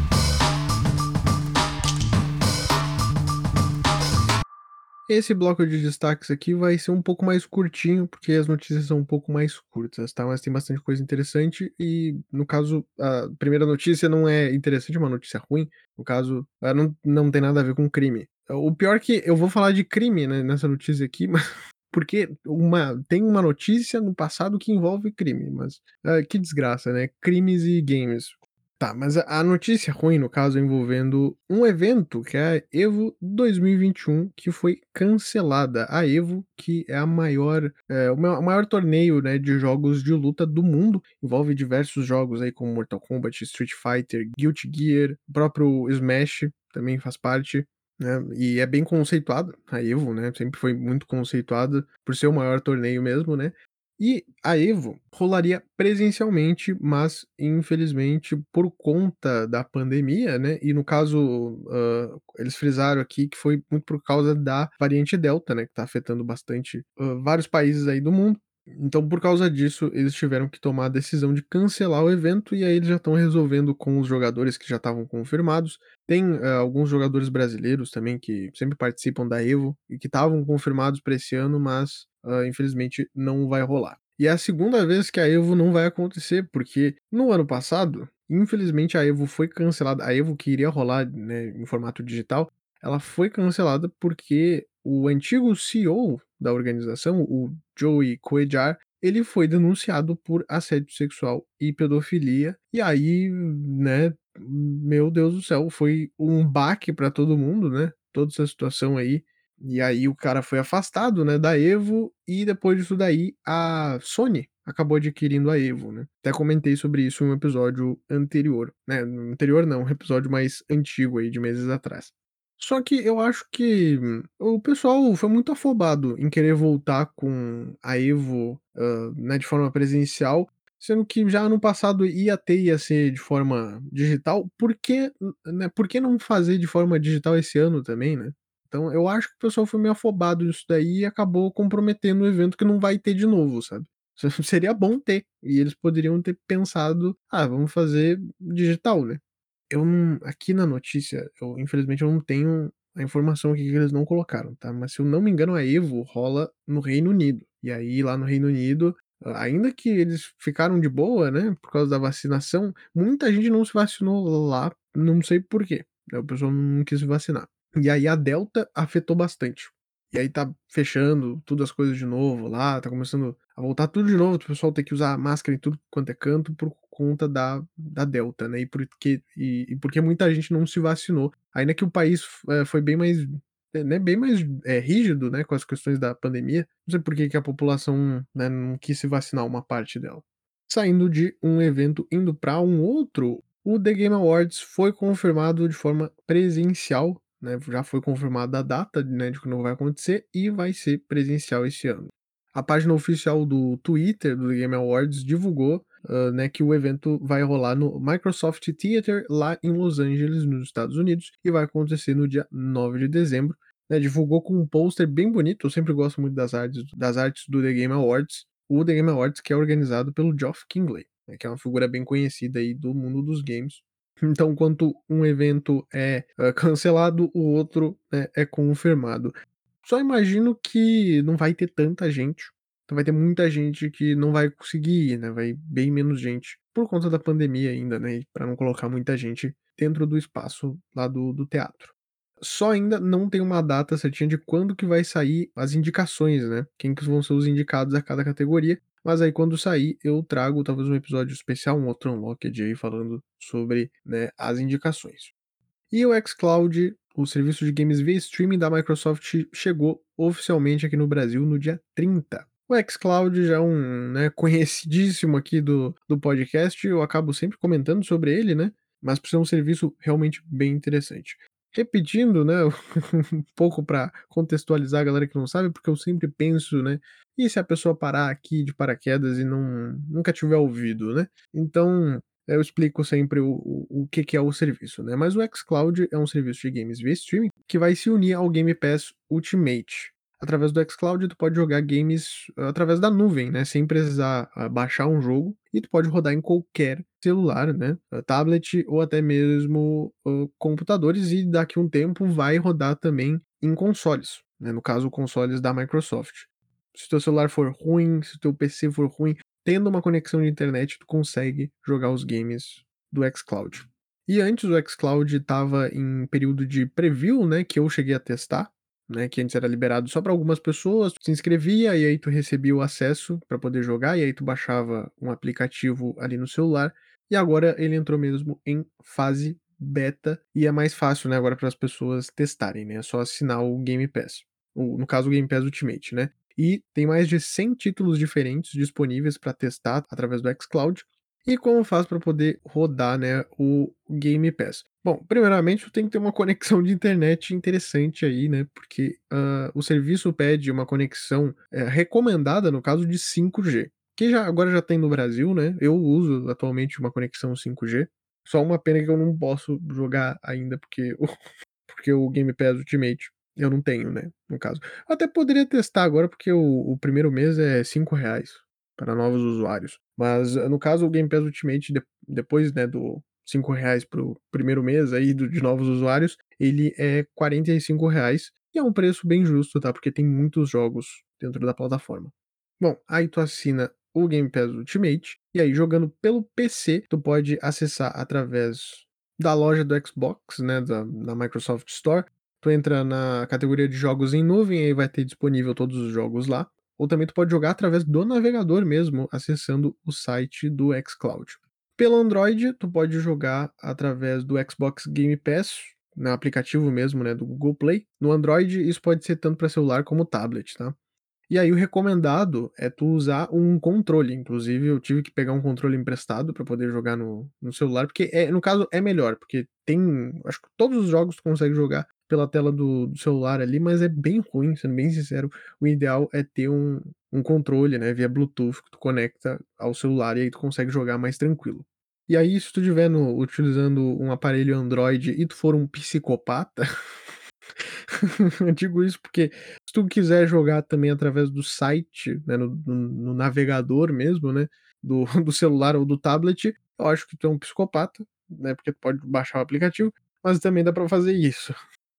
Esse bloco de destaques aqui vai ser um pouco mais curtinho, porque as notícias são um pouco mais curtas, tá, mas tem bastante coisa interessante e, no caso, a primeira notícia não é interessante, é uma notícia ruim, no caso, ela não não tem nada a ver com crime. O pior é que eu vou falar de crime, né, nessa notícia aqui, mas porque uma tem uma notícia no passado que envolve crime, mas, ah, que desgraça, né, crimes e games. Tá, mas a a notícia ruim, no caso, é envolvendo um evento que é a EVO dois mil e vinte e um, que foi cancelada. A EVO, que é a maior, eh, o ma o maior torneio, né, de jogos de luta do mundo, envolve diversos jogos aí como Mortal Kombat, Street Fighter, Guilty Gear, o próprio Smash também faz parte, né, e é bem conceituado, a EVO, né, sempre foi muito conceituada por ser o maior torneio mesmo, né. E a EVO rolaria presencialmente, mas infelizmente por conta da pandemia, né, e no caso, hã, eles frisaram aqui que foi muito por causa da variante delta, né, que tá afetando bastante, hã, vários países aí do mundo. Então por causa disso, eles tiveram que tomar a decisão de cancelar o evento, e aí eles já estão resolvendo com os jogadores que já estavam confirmados. Tem, hã, alguns jogadores brasileiros também que sempre participam da EVO e que estavam confirmados pra esse ano, mas, hã, infelizmente não vai rolar. E é a segunda vez que a EVO não vai acontecer, porque no ano passado, infelizmente a EVO foi cancelada, a EVO que iria rolar, né, em formato digital, ela foi cancelada porque o antigo C E O da organização, o Joey Koejar, ele foi denunciado por assédio sexual e pedofilia, e aí, né, meu Deus do céu, foi um baque pra todo mundo, né, toda essa situação aí. E aí o cara foi afastado, né, da Evo, e depois disso daí a Sony acabou adquirindo a Evo, né. Até comentei sobre isso em um episódio anterior, né, anterior não, um episódio mais antigo aí de meses atrás. Só que eu acho que hum, o pessoal foi muito afobado em querer voltar com a Evo, hã, né, de forma presencial, sendo que já no passado ia ter, ia ser de forma digital, por que, n né, por que não fazer de forma digital esse ano também, né? Então eu acho que o pessoal foi meio afobado nisso daí e acabou comprometendo o evento que não vai ter de novo, sabe. Seria bom ter, e eles poderiam ter pensado: "Ah, vamos fazer digital, né". Eu não aqui na notícia, eu infelizmente eu não tenho a informação aqui que eles não colocaram, tá, mas se eu não me engano a Evo rola no Reino Unido, e aí lá no Reino Unido, a ainda que eles ficaram de boa, né, por causa da vacinação, muita gente não se vacinou lá, não sei por quê, né, o pessoal não quis se vacinar. E aí a Delta afetou bastante. E aí tá fechando tudo as coisas de novo lá, tá começando a voltar tudo de novo, o pessoal ter que usar máscara em tudo quanto é canto por conta da da Delta, né, e porque e e porque muita gente não se vacinou, ainda que o país f eh, foi bem mais, eh, né, bem mais, eh, rígido, né, com as questões da pandemia, não sei por que que a população, né, não quis se vacinar uma parte dela. Saindo de um evento, indo pra um outro, o The Game Awards foi confirmado de forma presencial, né, já foi confirmada a data, né, de quando vai acontecer e vai ser presencial esse ano. A página oficial do Twitter do The Game Awards divulgou, hã, né, que o evento vai rolar no Microsoft Theater lá em Los Angeles, nos Estados Unidos, e vai acontecer no dia nove de dezembro, né, divulgou com um pôster bem bonito, eu sempre gosto muito das artes das artes do The Game Awards, o The Game Awards que é organizado pelo Geoff Keighley, né, que é uma figura bem conhecida aí do mundo dos games. Então, enquanto um evento é, hã, cancelado, o outro, né, é confirmado. Só imagino que não vai ter tanta gente, então vai ter muita gente que não vai conseguir ir, né, vai bem menos gente, por conta da pandemia ainda, né, e pra não colocar muita gente dentro do espaço lá do do teatro. Só ainda não tem uma data certinha de quando que vai sair as indicações, né, quem que vão ser os indicados a cada categoria, mas aí quando sair eu trago talvez um episódio especial, um outro Unlocked aí falando sobre, né, as indicações. E o xCloud, o serviço de games via streaming da Microsoft, chegou oficialmente aqui no Brasil no dia trinta. O xCloud já é um, né, conhecidíssimo aqui do do podcast, eu acabo sempre comentando sobre ele, né, mas por ser um serviço realmente bem interessante. Repetindo, né, um pouco pra contextualizar a galera que não sabe, porque eu sempre penso, né, e se a pessoa parar aqui de paraquedas e não nunca tiver ouvido, né? Então, eu explico sempre o o o que que é o serviço, né, mas o xCloud é um serviço de games via streaming, que vai se unir ao Game Pass Ultimate. Através do xCloud tu pode jogar games através da nuvem, né, sem precisar, ah, baixar um jogo, e tu pode rodar em qualquer celular, né, tablet ou até mesmo, hã, computadores e daqui um tempo vai rodar também em consoles, né, no caso consoles da Microsoft. Se o teu celular for ruim, se o teu P C for ruim, tendo uma conexão de internet tu consegue jogar os games do xCloud. E antes o xCloud estava em período de preview, né, que eu cheguei a testar, né, que antes era liberado só pra algumas pessoas, tu se inscrevia e aí tu recebia o acesso pra poder jogar, e aí tu baixava um aplicativo ali no celular, e agora ele entrou mesmo em fase beta, e é mais fácil, né, agora para as pessoas testarem, né, é só assinar o Game Pass, o no caso o Game Pass Ultimate, né. E tem mais de cem títulos diferentes disponíveis pra testar através do xCloud. E como faz pra poder rodar, né, o Game Pass? Bom, primeiramente tu tem que ter uma conexão de internet interessante aí, né, porque, hã, o serviço pede uma conexão, eh, recomendada no caso de cinco G, que já agora já tem no Brasil, né, eu uso atualmente uma conexão cinco G, só uma pena que eu não posso jogar ainda porque o porque o Game Pass Ultimate eu não tenho, né, no caso. Eu até poderia testar agora porque o o primeiro mês é cinco reais para novos usuários, mas no caso o Game Pass Ultimate de depois, né, do cinco reais para o primeiro mês aí do de novos usuários, ele é quarenta e cinco reais, e é um preço bem justo, tá, porque tem muitos jogos dentro da plataforma. Bom, aí tu assina o Game Pass Ultimate, e aí jogando pelo P C, tu pode acessar através da loja do Xbox, né, da da Microsoft Store, tu entra na categoria de jogos em nuvem, aí vai ter disponível todos os jogos lá, ou também tu pode jogar através do navegador mesmo, acessando o site do xCloud. Pelo Android, tu pode jogar através do Xbox Game Pass, no aplicativo mesmo, né, do Google Play. No Android, isso pode ser tanto para celular como tablet, tá? E aí o recomendado é tu usar um controle, inclusive eu tive que pegar um controle emprestado para poder jogar no no celular, porque é no caso é melhor, porque tem acho que todos os jogos tu consegue jogar pela tela do do celular ali, mas é bem ruim, sendo bem sincero, o ideal é ter um um controle, né, via Bluetooth que tu conecta ao celular e aí tu consegue jogar mais tranquilo. E aí se tu estiver no utilizando um aparelho Android e tu for um psicopata, eu digo isso porque se tu quiser jogar também através do site, né, no no no navegador mesmo, né, do do celular ou do tablet, eu acho que tu é um psicopata, né, porque tu pode baixar o aplicativo, mas também dá pra fazer isso.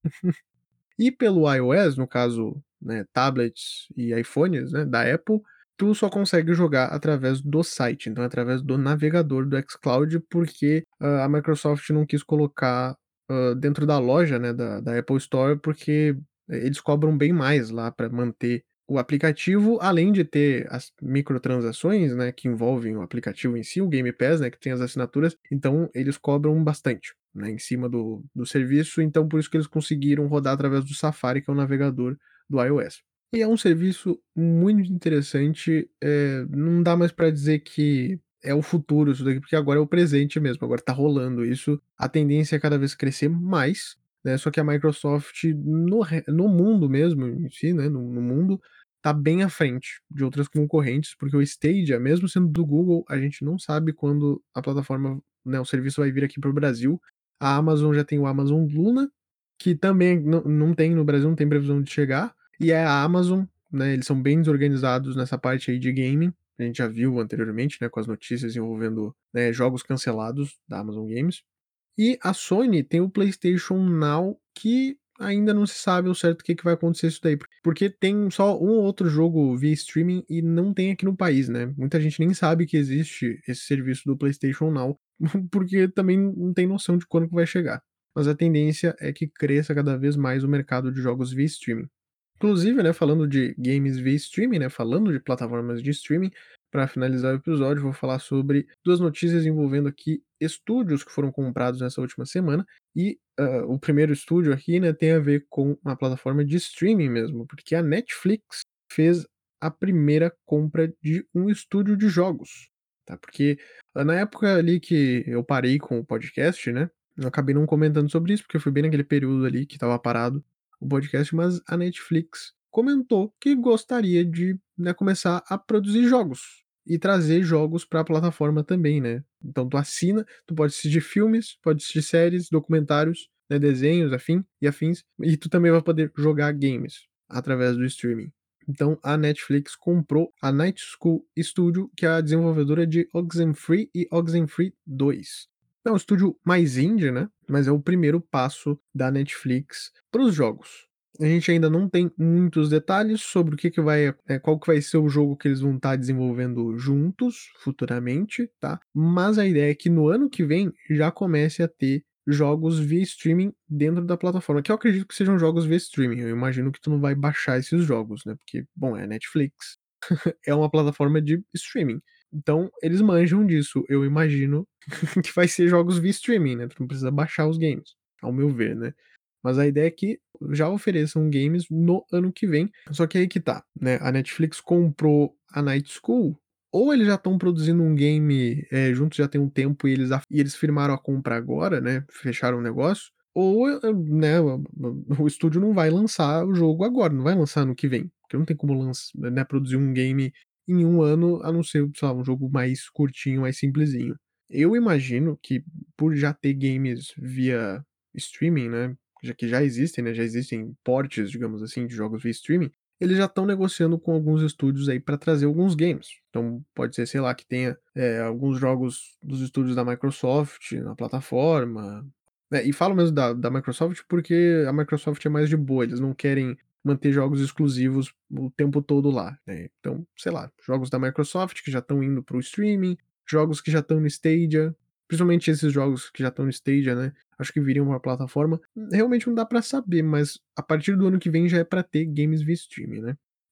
E pelo iOS, no caso, né, tablets e iPhones, né, da Apple, tu só consegue jogar através do site, então através do navegador do xCloud, porque, hã, a Microsoft não quis colocar, hã, dentro da loja, né, da da Apple Store, porque eles cobram bem mais lá para manter o aplicativo, além de ter as microtransações, né, que envolvem o aplicativo em si, o Game Pass, né, que tem as assinaturas, então eles cobram bastante, né, em cima do do serviço, então por isso que eles conseguiram rodar através do Safari, que é o navegador do iOS. E é um serviço muito interessante, eh, não dá mais para dizer que é o futuro isso daqui, porque agora é o presente mesmo, agora tá rolando isso, a tendência é cada vez crescer mais, né, só que a Microsoft no re no mundo mesmo em si, né, no no mundo, tá bem à frente de outras concorrentes, porque o Stadia, mesmo sendo do Google, a gente não sabe quando a plataforma, né, o serviço vai vir aqui para o Brasil. A Amazon já tem o Amazon Luna, que também não não tem no Brasil, não tem previsão de chegar, e é a Amazon, né, eles são bem desorganizados nessa parte aí de gaming, a gente já viu anteriormente, né, com as notícias envolvendo, né, jogos cancelados da Amazon Games. E a Sony tem o PlayStation Now, que ainda não se sabe ao certo o que que vai acontecer isso daí, porque tem só um ou outro jogo via streaming e não tem aqui no país, né. Muita gente nem sabe que existe esse serviço do PlayStation Now, porque também não tem noção de quando que vai chegar. Mas a tendência é que cresça cada vez mais o mercado de jogos via streaming. Inclusive, né, falando de games via streaming, né, falando de plataformas de streaming, para finalizar o episódio, vou falar sobre duas notícias envolvendo aqui estúdios que foram comprados nessa última semana. E ah, o primeiro estúdio aqui, né, tem a ver com uma plataforma de streaming mesmo, porque a Netflix fez a primeira compra de um estúdio de jogos, tá? Porque ah, na época ali que eu parei com o podcast, né, eu acabei não comentando sobre isso, porque foi bem naquele período ali que estava parado o podcast, mas a Netflix comentou que gostaria de, né, começar a produzir jogos e trazer jogos para a plataforma também, né. Então tu assina, tu pode assistir filmes, pode assistir séries, documentários, né, desenhos, afim e afins, e tu também vai poder jogar games através do streaming. Então a Netflix comprou a Night School Studio, que é a desenvolvedora de Oxenfree e Oxenfree dois. É um estúdio mais indie, né, mas é o primeiro passo da Netflix para os jogos. A gente ainda não tem muitos detalhes sobre o que que vai eh, qual que vai ser o jogo que eles vão estar desenvolvendo juntos, futuramente, tá, mas a ideia é que no ano que vem já comece a ter jogos via streaming dentro da plataforma, que eu acredito que sejam jogos via streaming, eu imagino que tu não vai baixar esses jogos, né, porque, bom, é a Netflix, é uma plataforma de streaming, então eles manjam disso, eu imagino que vai ser jogos via streaming, né, tu não precisa baixar os games, ao meu ver, né. Mas a ideia é que já ofereçam games no ano que vem, só que aí que tá, né, a Netflix comprou a Night School, ou eles já estão produzindo um game, eh, juntos já tem um tempo e eles a e eles firmaram a compra agora, né, fecharam o negócio, ou, eh, né, o o estúdio não vai lançar o jogo agora, não vai lançar ano que vem, porque não tem como lanç né, produzir um game em um ano, a não ser, sei lá, um jogo mais curtinho, mais simplesinho. Eu imagino que por já ter games via streaming, né, já que já existem, né, já existem portes, digamos assim, de jogos via streaming, eles já estão negociando com alguns estúdios aí para trazer alguns games. Então pode ser, sei lá, que tenha, eh, alguns jogos dos estúdios da Microsoft na plataforma, né, e falo mesmo da da Microsoft, porque a Microsoft é mais de boa, eles não querem manter jogos exclusivos o tempo todo lá, né. Então, sei lá, jogos da Microsoft que já estão indo para o streaming, jogos que já estão no Stadia, principalmente esses jogos que já estão no Stadia, né, acho que viriam uma plataforma, realmente não dá pra saber, mas a partir do ano que vem já é pra ter games via streaming, né.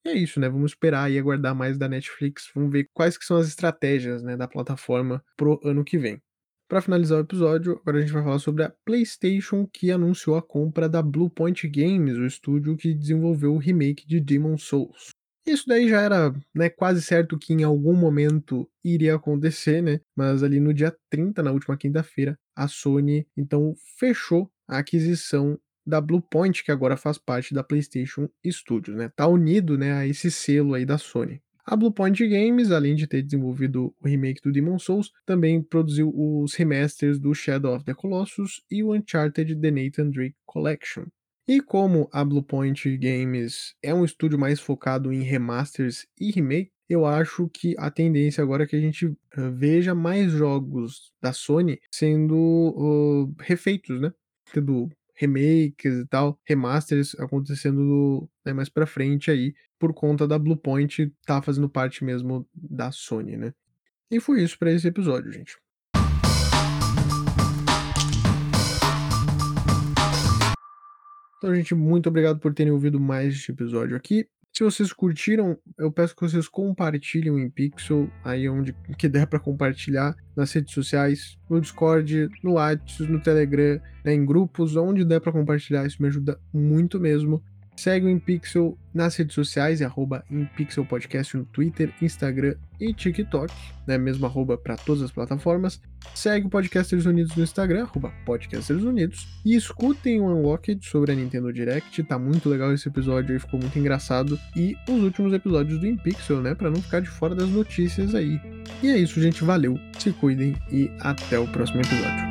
é isso, né, vamos esperar e aguardar mais da Netflix, vamos ver quais que são as estratégias, né, da plataforma pro ano que vem. Para finalizar o episódio, agora a gente vai falar sobre a PlayStation, que anunciou a compra da Bluepoint Games, o estúdio que desenvolveu o remake de Demon's Souls. Isso daí já era, né, quase certo que em algum momento iria acontecer, né? Mas ali no dia trinta, na última quinta-feira, a Sony então fechou a aquisição da Bluepoint, que agora faz parte da PlayStation Studios, né? Tá unido, né, a esse selo aí da Sony. A Bluepoint Games, além de ter desenvolvido o remake do Demon's Souls, também produziu os remasters do Shadow of the Colossus e o Uncharted The Nathan Drake Collection. E como a Bluepoint Games é um estúdio mais focado em remasters e remake, eu acho que a tendência agora é que a gente uh, veja mais jogos da Sony sendo uh, refeitos, né? Tendo remakes e tal, remasters acontecendo, né, mais pra frente aí, por conta da Bluepoint tá fazendo parte mesmo da Sony, né? E foi isso pra esse episódio, gente. Então, gente, muito obrigado por terem ouvido mais este episódio aqui. Se vocês curtiram, eu peço que vocês compartilhem o InPixel, aí onde que der para compartilhar, nas redes sociais, no Discord, no WhatsApp, no Telegram, né, em grupos, onde der para compartilhar, isso me ajuda muito mesmo. Segue o InPixel nas redes sociais, é arroba InPixel Podcast no Twitter, Instagram e TikTok, né, mesmo arroba para todas as plataformas. Segue o Podcasters Unidos no Instagram, arroba Podcasters Unidos. E escutem o Unlocked sobre a Nintendo Direct, tá muito legal esse episódio aí, ficou muito engraçado. E os últimos episódios do InPixel, né, para não ficar de fora das notícias aí. E é isso, gente, valeu, se cuidem e até o próximo episódio.